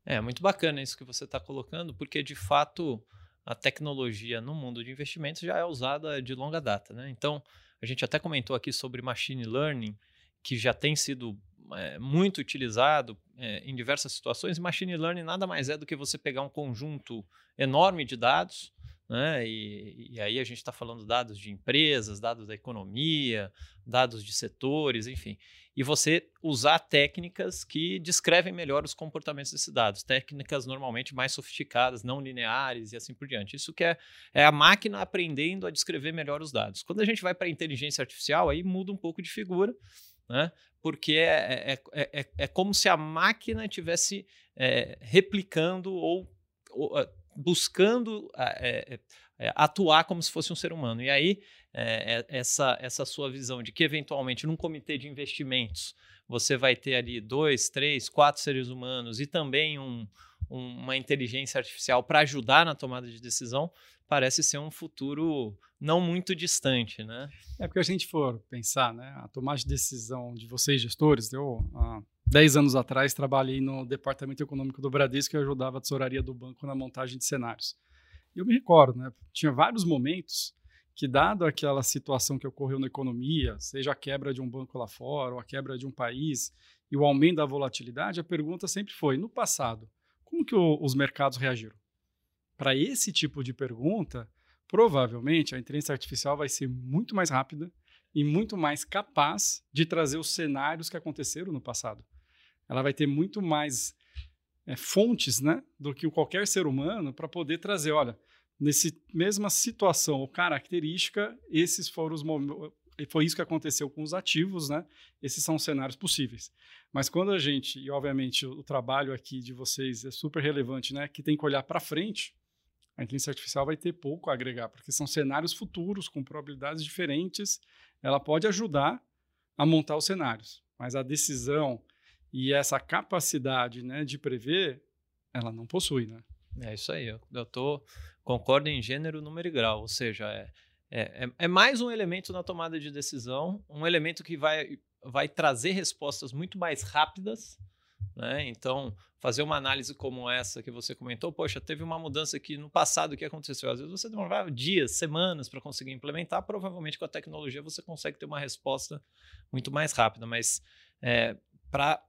É muito bacana isso que você está colocando, porque de fato a tecnologia no mundo de investimentos já é usada de longa data, né? Então, a gente até comentou aqui sobre machine learning, que já tem sido é, muito utilizado é, em diversas situações. Machine learning nada mais é do que você pegar um conjunto enorme de dados, né? E, e aí a gente está falando dados de empresas, dados da economia, dados de setores, enfim. E você usar técnicas que descrevem melhor os comportamentos desses dados, técnicas normalmente mais sofisticadas, não lineares e assim por diante. Isso que é, é a máquina aprendendo a descrever melhor os dados. Quando a gente vai para a inteligência artificial, aí muda um pouco de figura, né? Porque é, é, é, é como se a máquina estivesse é, replicando ou, ou buscando é, é, atuar como se fosse um ser humano. E aí, é, essa, essa sua visão de que, eventualmente, num comitê de investimentos, você vai ter ali dois, três, quatro seres humanos e também um, um, uma inteligência artificial para ajudar na tomada de decisão, parece ser um futuro não muito distante, né? É porque a gente for pensar, né, a tomada de decisão de vocês, gestores, eu há dez anos atrás trabalhei no departamento econômico do Bradesco e ajudava a tesouraria do banco na montagem de cenários. E eu me recordo, né, tinha vários momentos que, dado aquela situação que ocorreu na economia, seja a quebra de um banco lá fora ou a quebra de um país e o aumento da volatilidade, a pergunta sempre foi, no passado, como que o, os mercados reagiram? Para esse tipo de pergunta, provavelmente a inteligência artificial vai ser muito mais rápida e muito mais capaz de trazer os cenários que aconteceram no passado. Ela vai ter muito mais é, fontes, né, do que qualquer ser humano para poder trazer, olha, nessa mesma situação ou característica, esses foram os momentos, foi isso que aconteceu com os ativos, né? Esses são os cenários possíveis. Mas quando a gente, e obviamente o, o trabalho aqui de vocês é super relevante, né, que tem que olhar para frente, a inteligência artificial vai ter pouco a agregar, porque são cenários futuros, com probabilidades diferentes. Ela pode ajudar a montar os cenários, mas a decisão e essa capacidade, né, de prever, ela não possui, né? É isso aí, eu, eu tô, concordo em gênero, número e grau, ou seja, é, é, é mais um elemento na tomada de decisão, um elemento que vai, vai trazer respostas muito mais rápidas, né? Então, fazer uma análise como essa que você comentou, poxa, teve uma mudança aqui no passado, o que aconteceu? Às vezes você demorava dias, semanas para conseguir implementar, provavelmente com a tecnologia você consegue ter uma resposta muito mais rápida, mas é, para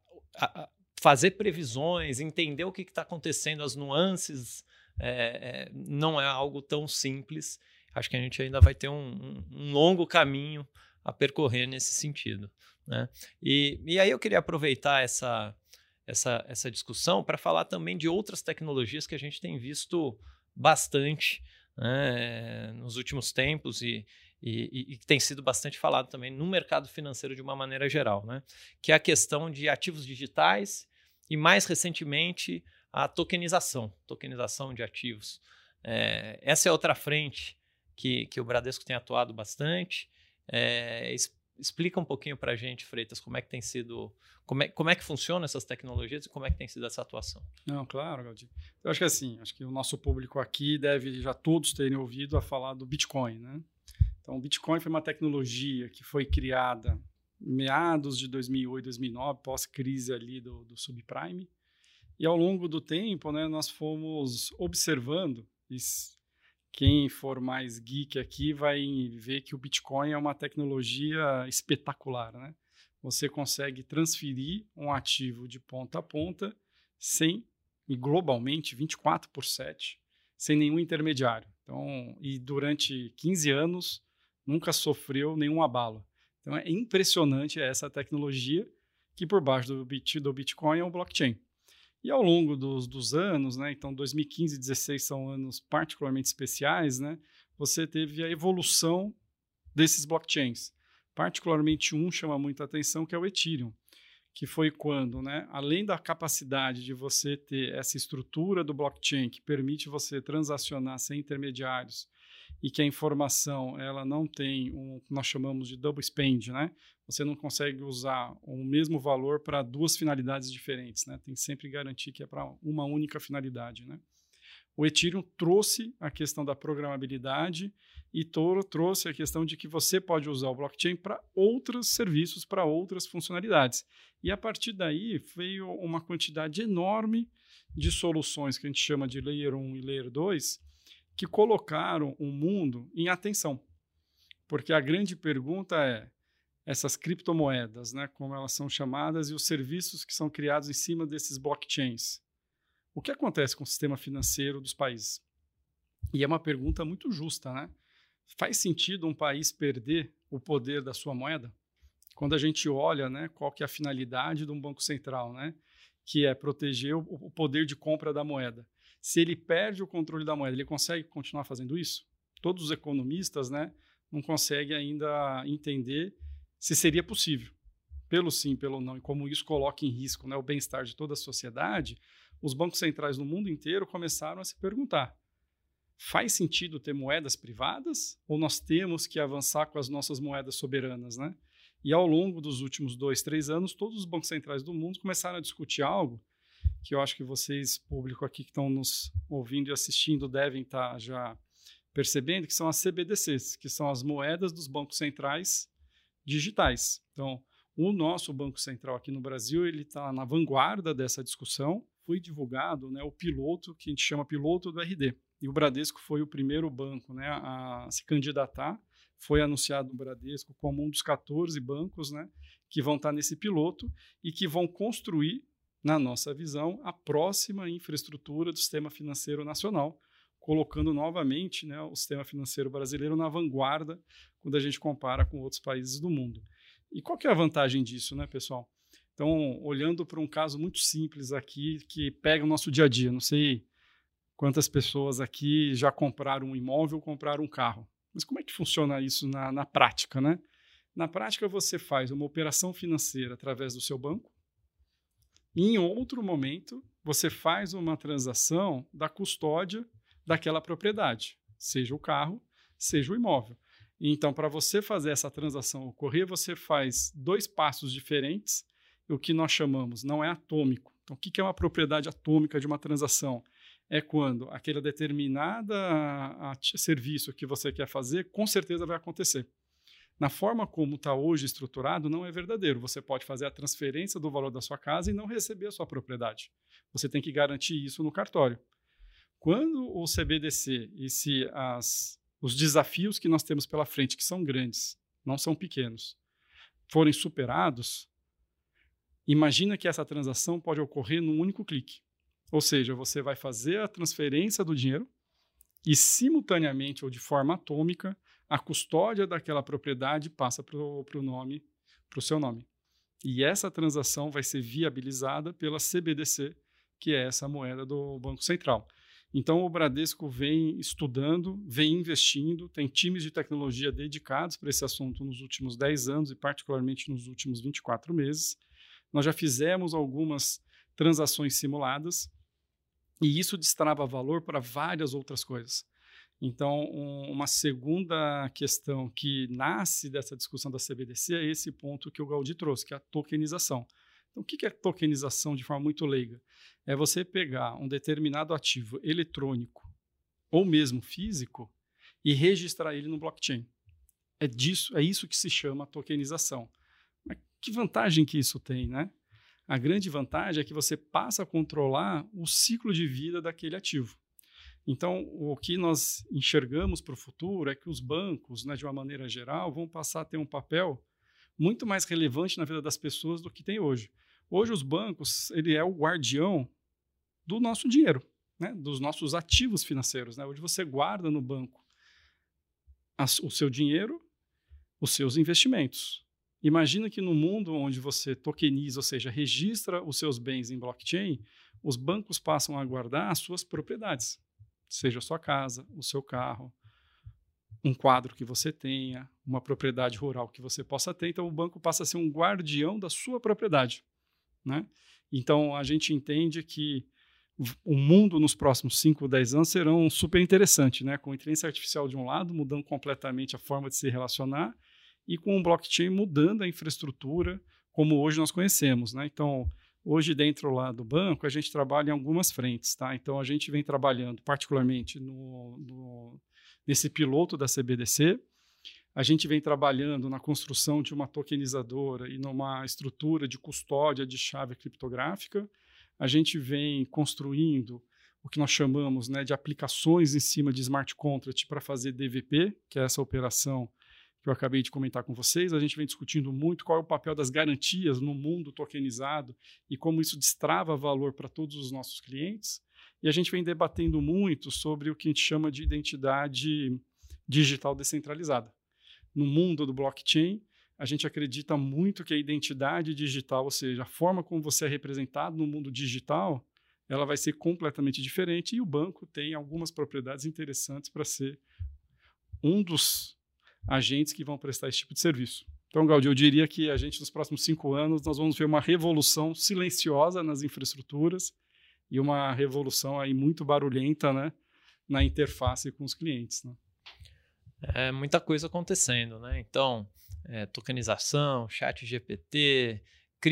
fazer previsões, entender o que está acontecendo, as nuances, é, é, não é algo tão simples. Acho que a gente ainda vai ter um, um, um longo caminho a percorrer nesse sentido, né? E, e aí eu queria aproveitar essa... Essa, essa discussão para falar também de outras tecnologias que a gente tem visto bastante, né, nos últimos tempos e, e, e que tem sido bastante falado também no mercado financeiro de uma maneira geral, né, que é a questão de ativos digitais e, mais recentemente, a tokenização, tokenização de ativos. É, essa é outra frente que, que o Bradesco tem atuado bastante. É, Explica um pouquinho para a gente, Freitas, como é que tem sido, como é, como é que funcionam essas tecnologias e como é que tem sido essa atuação. Não, claro, Galdi. Eu acho que assim, acho que o nosso público aqui deve já todos terem ouvido a falar do Bitcoin, né? Então, o Bitcoin foi uma tecnologia que foi criada em meados de dois mil e oito, dois mil e nove, pós-crise ali do, do subprime, e ao longo do tempo, né, nós fomos observando isso. Quem for mais geek aqui vai ver que o Bitcoin é uma tecnologia espetacular, né? Você consegue transferir um ativo de ponta a ponta sem, e globalmente, vinte e quatro por sete, sem nenhum intermediário. Então, e durante quinze anos, nunca sofreu nenhum abalo. Então, é impressionante essa tecnologia que por baixo do, bit, do Bitcoin é um blockchain. E ao longo dos, dos anos, né, então dois mil e quinze e dois mil e dezesseis são anos particularmente especiais, né, você teve a evolução desses blockchains. Particularmente um chama muita atenção, que é o Ethereum, que foi quando, né, além da capacidade de você ter essa estrutura do blockchain que permite você transacionar sem intermediários e que a informação ela não tem um que nós chamamos de double spend, né? Você não consegue usar o mesmo valor para duas finalidades diferentes, né? Tem que sempre garantir que é para uma única finalidade, né? O Ethereum trouxe a questão da programabilidade e trouxe a questão de que você pode usar o blockchain para outros serviços, para outras funcionalidades. E a partir daí veio uma quantidade enorme de soluções que a gente chama de Layer um e Layer dois, que colocaram o mundo em atenção. Porque a grande pergunta é, essas criptomoedas, né, como elas são chamadas, e os serviços que são criados em cima desses blockchains. O que acontece com o sistema financeiro dos países? E é uma pergunta muito justa, né? Faz sentido um país perder o poder da sua moeda? Quando a gente olha, né, qual que é a finalidade de um banco central, né, que é proteger o, o poder de compra da moeda. Se ele perde o controle da moeda, ele consegue continuar fazendo isso? Todos os economistas, né, não conseguem ainda entender se seria possível. Pelo sim, pelo não, e como isso coloca em risco, né, o bem-estar de toda a sociedade, os bancos centrais no mundo inteiro começaram a se perguntar: faz sentido ter moedas privadas ou nós temos que avançar com as nossas moedas soberanas, né? E ao longo dos últimos dois, três anos, todos os bancos centrais do mundo começaram a discutir algo que eu acho que vocês, público aqui que estão nos ouvindo e assistindo, devem estar já percebendo, que são as C B D Cs, que são as moedas dos bancos centrais digitais. Então, o nosso Banco Central aqui no Brasil, ele está na vanguarda dessa discussão. Foi divulgado, né, o piloto, que a gente chama piloto do R D. E o Bradesco foi o primeiro banco, né, a se candidatar. Foi anunciado o Bradesco como um dos quatorze bancos, né, que vão estar nesse piloto e que vão construir, na nossa visão, a próxima infraestrutura do sistema financeiro nacional, colocando novamente, né, o sistema financeiro brasileiro na vanguarda quando a gente compara com outros países do mundo. E qual que é a vantagem disso, né, pessoal? Então, olhando para um caso muito simples aqui, que pega o nosso dia a dia, não sei quantas pessoas aqui já compraram um imóvel ou compraram um carro. Mas como é que funciona isso na, na prática, né? Na prática, você faz uma operação financeira através do seu banco e, em outro momento, você faz uma transação da custódia daquela propriedade, seja o carro, seja o imóvel. Então, para você fazer essa transação ocorrer, você faz dois passos diferentes, o que nós chamamos, não é atômico. Então, o que é uma propriedade atômica de uma transação? É quando aquele determinado serviço que você quer fazer, com certeza vai acontecer. Na forma como está hoje estruturado, não é verdadeiro. Você pode fazer a transferência do valor da sua casa e não receber a sua propriedade. Você tem que garantir isso no cartório. Quando o C B D C e se as, os desafios que nós temos pela frente, que são grandes, não são pequenos, forem superados, imagina que essa transação pode ocorrer num único clique. Ou seja, você vai fazer a transferência do dinheiro e, simultaneamente ou de forma atômica, a custódia daquela propriedade passa para o nome, para o seu nome. E essa transação vai ser viabilizada pela C B D C, que é essa moeda do Banco Central. Então, o Bradesco vem estudando, vem investindo, tem times de tecnologia dedicados para esse assunto nos últimos dez anos e particularmente nos últimos vinte e quatro meses. Nós já fizemos algumas transações simuladas e isso destrava valor para várias outras coisas. Então, um, uma segunda questão que nasce dessa discussão da C B D C é esse ponto que o Gaudí trouxe, que é a tokenização. Então, o que é tokenização de forma muito leiga? É você pegar um determinado ativo eletrônico ou mesmo físico e registrar ele no blockchain. É, disso, é isso que se chama tokenização. Mas que vantagem que isso tem, né? A grande vantagem é que você passa a controlar o ciclo de vida daquele ativo. Então, o que nós enxergamos para o futuro é que os bancos, né, de uma maneira geral, vão passar a ter um papel muito mais relevante na vida das pessoas do que tem hoje. Hoje, os bancos, ele é o guardião do nosso dinheiro, né, dos nossos ativos financeiros, né? Hoje você guarda no banco as, o seu dinheiro, os seus investimentos. Imagina que no mundo onde você tokeniza, ou seja, registra os seus bens em blockchain, os bancos passam a guardar as suas propriedades, seja a sua casa, o seu carro, um quadro que você tenha, uma propriedade rural que você possa ter. Então, o banco passa a ser um guardião da sua propriedade, né? Então, a gente entende que o mundo nos próximos cinco, dez anos serão super interessante, né? Com a inteligência artificial de um lado, mudando completamente a forma de se relacionar, e com o blockchain mudando a infraestrutura como hoje nós conhecemos, né? Então, hoje dentro lá do banco, a gente trabalha em algumas frentes, tá? Então, a gente vem trabalhando particularmente no, no, nesse piloto da C B D C, a gente vem trabalhando na construção de uma tokenizadora e numa estrutura de custódia de chave criptográfica, a gente vem construindo o que nós chamamos, né, de aplicações em cima de smart contract para fazer D V P, que é essa operação que eu acabei de comentar com vocês. A gente vem discutindo muito qual é o papel das garantias no mundo tokenizado e como isso destrava valor para todos os nossos clientes. E a gente vem debatendo muito sobre o que a gente chama de identidade digital descentralizada. No mundo do blockchain, a gente acredita muito que a identidade digital, ou seja, a forma como você é representado no mundo digital, ela vai ser completamente diferente, e o banco tem algumas propriedades interessantes para ser um dos agentes que vão prestar esse tipo de serviço. Então, Gaudi, eu diria que a gente, nos próximos cinco anos, nós vamos ver uma revolução silenciosa nas infraestruturas e uma revolução aí muito barulhenta, né, na interface com os clientes, né? É muita coisa acontecendo, né? Então, é, tokenização, chat G P T,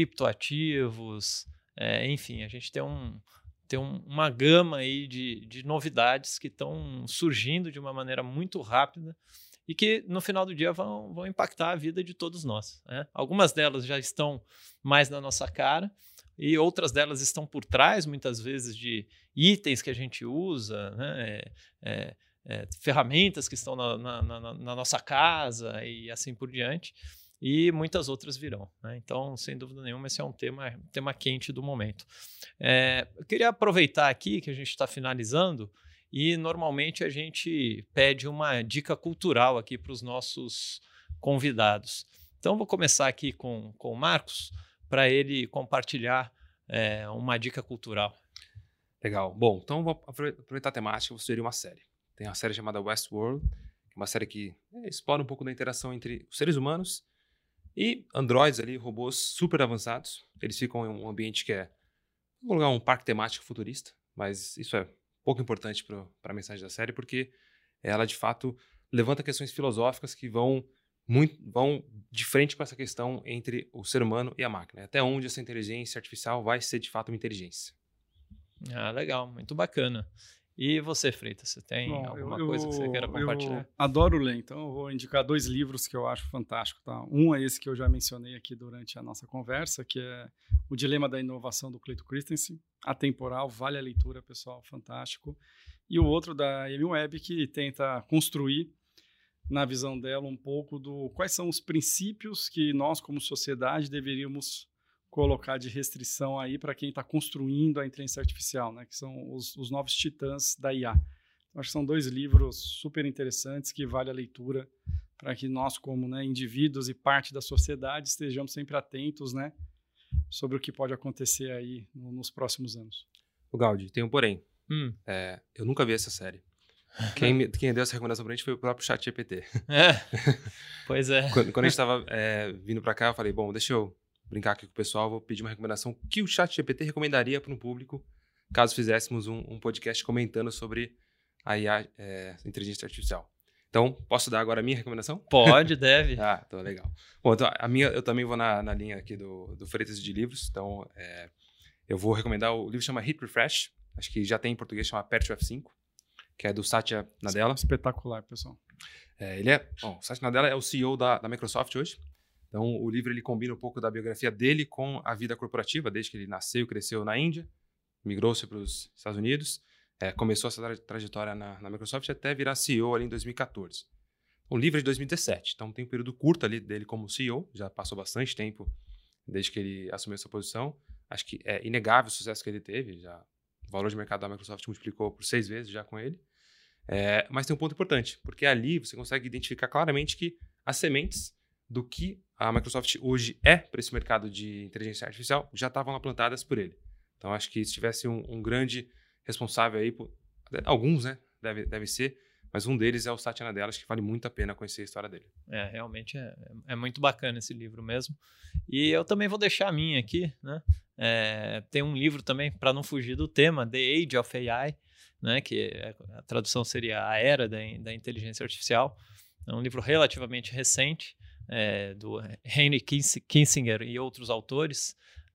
criptoativos, é, enfim, a gente tem, um, tem um, uma gama aí de, de novidades que estão surgindo de uma maneira muito rápida e que, no final do dia, vão, vão impactar a vida de todos nós, né? Algumas delas já estão mais na nossa cara e outras delas estão por trás, muitas vezes, de itens que a gente usa, né? É, é, é, ferramentas que estão na, na, na, na nossa casa e assim por diante, e muitas outras virão, né? Então, sem dúvida nenhuma, esse é um tema, tema quente do momento. É, eu queria aproveitar aqui que a gente está finalizando. E normalmente a gente pede uma dica cultural aqui para os nossos convidados. Então, vou começar aqui com, com o Marcos, para ele compartilhar é, uma dica cultural. Legal. Bom, então vou aproveitar a temática e vou sugerir uma série. Tem uma série chamada Westworld, que é uma série que é, explora um pouco da interação entre os seres humanos e androides ali, robôs super avançados. Eles ficam em um ambiente que é, vou colocar um parque temático futurista, mas isso é pouco importante para a mensagem da série, porque ela, de fato, levanta questões filosóficas que vão, muito, vão de frente com essa questão entre o ser humano e a máquina. Até onde essa inteligência artificial vai ser, de fato, uma inteligência. Ah, legal. Muito bacana. E você, Freitas, você tem Bom, alguma eu, coisa que você queira compartilhar? Eu adoro ler, então eu vou indicar dois livros que eu acho fantásticos. Tá? Um é esse que eu já mencionei aqui durante a nossa conversa, que é O Dilema da Inovação, do Clayton Christensen. Atemporal, vale a leitura, pessoal, fantástico. E o outro da Amy Webb, que tenta construir, na visão dela, um pouco do quais são os princípios que nós, como sociedade, deveríamos colocar de restrição aí para quem está construindo a inteligência artificial, né? Que são os, os novos titãs da I A. Então, acho que são dois livros super interessantes que vale a leitura para que nós, como, né, indivíduos e parte da sociedade, estejamos sempre atentos, né, sobre o que pode acontecer aí no, nos próximos anos. O Gaudi, tem um porém. Hum. É, eu nunca vi essa série. Quem, me, quem deu essa recomendação pra gente foi o próprio chat G P T. É, pois é. Quando, quando a gente estava é, vindo para cá, eu falei, bom, deixa eu brincar aqui com o pessoal, vou pedir uma recomendação que o chat G P T recomendaria para um público caso fizéssemos um, um podcast comentando sobre a I A, é, inteligência artificial. Então, posso dar agora a minha recomendação? Pode, deve. Ah, então legal. Bom, então a minha, eu também vou na, na linha aqui do, do Freitas de livros, então é, eu vou recomendar, o livro chama Hit Refresh, acho que já tem em português, chama Aperture F cinco, que é do Satya Nadella. Espetacular, pessoal. É, ele é, bom, o Satya Nadella é o C E O da, da Microsoft hoje. Então, o livro ele combina um pouco da biografia dele com a vida corporativa, desde que ele nasceu e cresceu na Índia, migrou-se para os Estados Unidos, é, começou essa tra trajetória na, na Microsoft até virar C E O ali em dois mil e quatorze. O livro é de dois mil e dezessete, então tem um período curto ali dele como C E O, já passou bastante tempo desde que ele assumiu essa posição. Acho que é inegável o sucesso que ele teve, já, o valor de mercado da Microsoft multiplicou por seis vezes já com ele. É, mas tem um ponto importante, porque ali você consegue identificar claramente que as sementes do que a Microsoft hoje é para esse mercado de inteligência artificial já estavam lá plantadas por ele. Então, acho que se tivesse um, um grande responsável aí, por, alguns, né, deve, deve ser, mas um deles é o Satya Nadella, acho que vale muito a pena conhecer a história dele. É, realmente é, é muito bacana esse livro mesmo. E eu também vou deixar a minha aqui, né? É, tem um livro também, para não fugir do tema, The Age of A I, né, que a tradução seria A Era da, da Inteligência Artificial. É um livro relativamente recente, É, do Henry Kissinger e outros autores,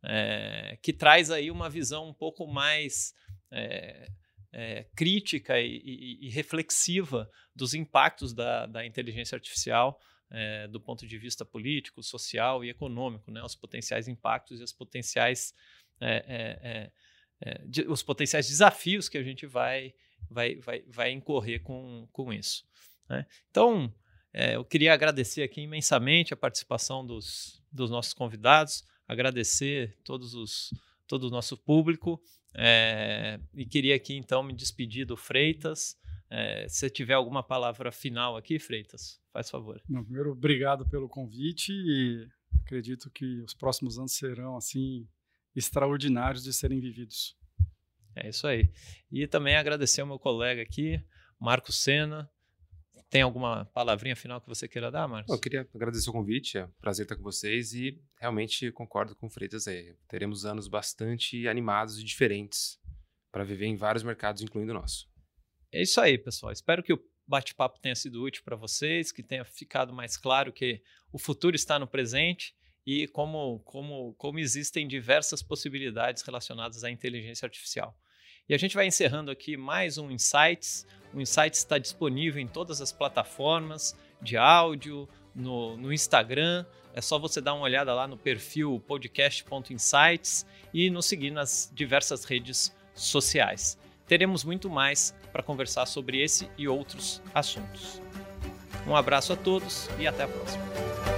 é, que traz aí uma visão um pouco mais é, é, crítica e, e, e reflexiva dos impactos da, da inteligência artificial é, do ponto de vista político, social e econômico, né? Os potenciais impactos e as potenciais é, é, é, de, os potenciais desafios que a gente vai, vai, vai, vai incorrer com, com isso. Né? Então, é, eu queria agradecer aqui imensamente a participação dos, dos nossos convidados, agradecer todos os, todo o nosso público, é, e queria aqui então me despedir do Freitas. É, se tiver alguma palavra final aqui, Freitas, faz favor. Não, primeiro, obrigado pelo convite e acredito que os próximos anos serão assim extraordinários de serem vividos. É isso aí. E também agradecer ao meu colega aqui, Marcos Sena. Tem alguma palavrinha final que você queira dar, Marcos? Eu queria agradecer o convite, é um prazer estar com vocês e realmente concordo com o Freitas aí. Teremos anos bastante animados e diferentes para viver em vários mercados, incluindo o nosso. É isso aí, pessoal. Espero que o bate-papo tenha sido útil para vocês, que tenha ficado mais claro que o futuro está no presente e como, como, como existem diversas possibilidades relacionadas à inteligência artificial. E a gente vai encerrando aqui mais um Insights. O Insights está disponível em todas as plataformas de áudio, no, no Instagram. É só você dar uma olhada lá no perfil podcast ponto insights e nos seguir nas diversas redes sociais. Teremos muito mais para conversar sobre esse e outros assuntos. Um abraço a todos e até a próxima.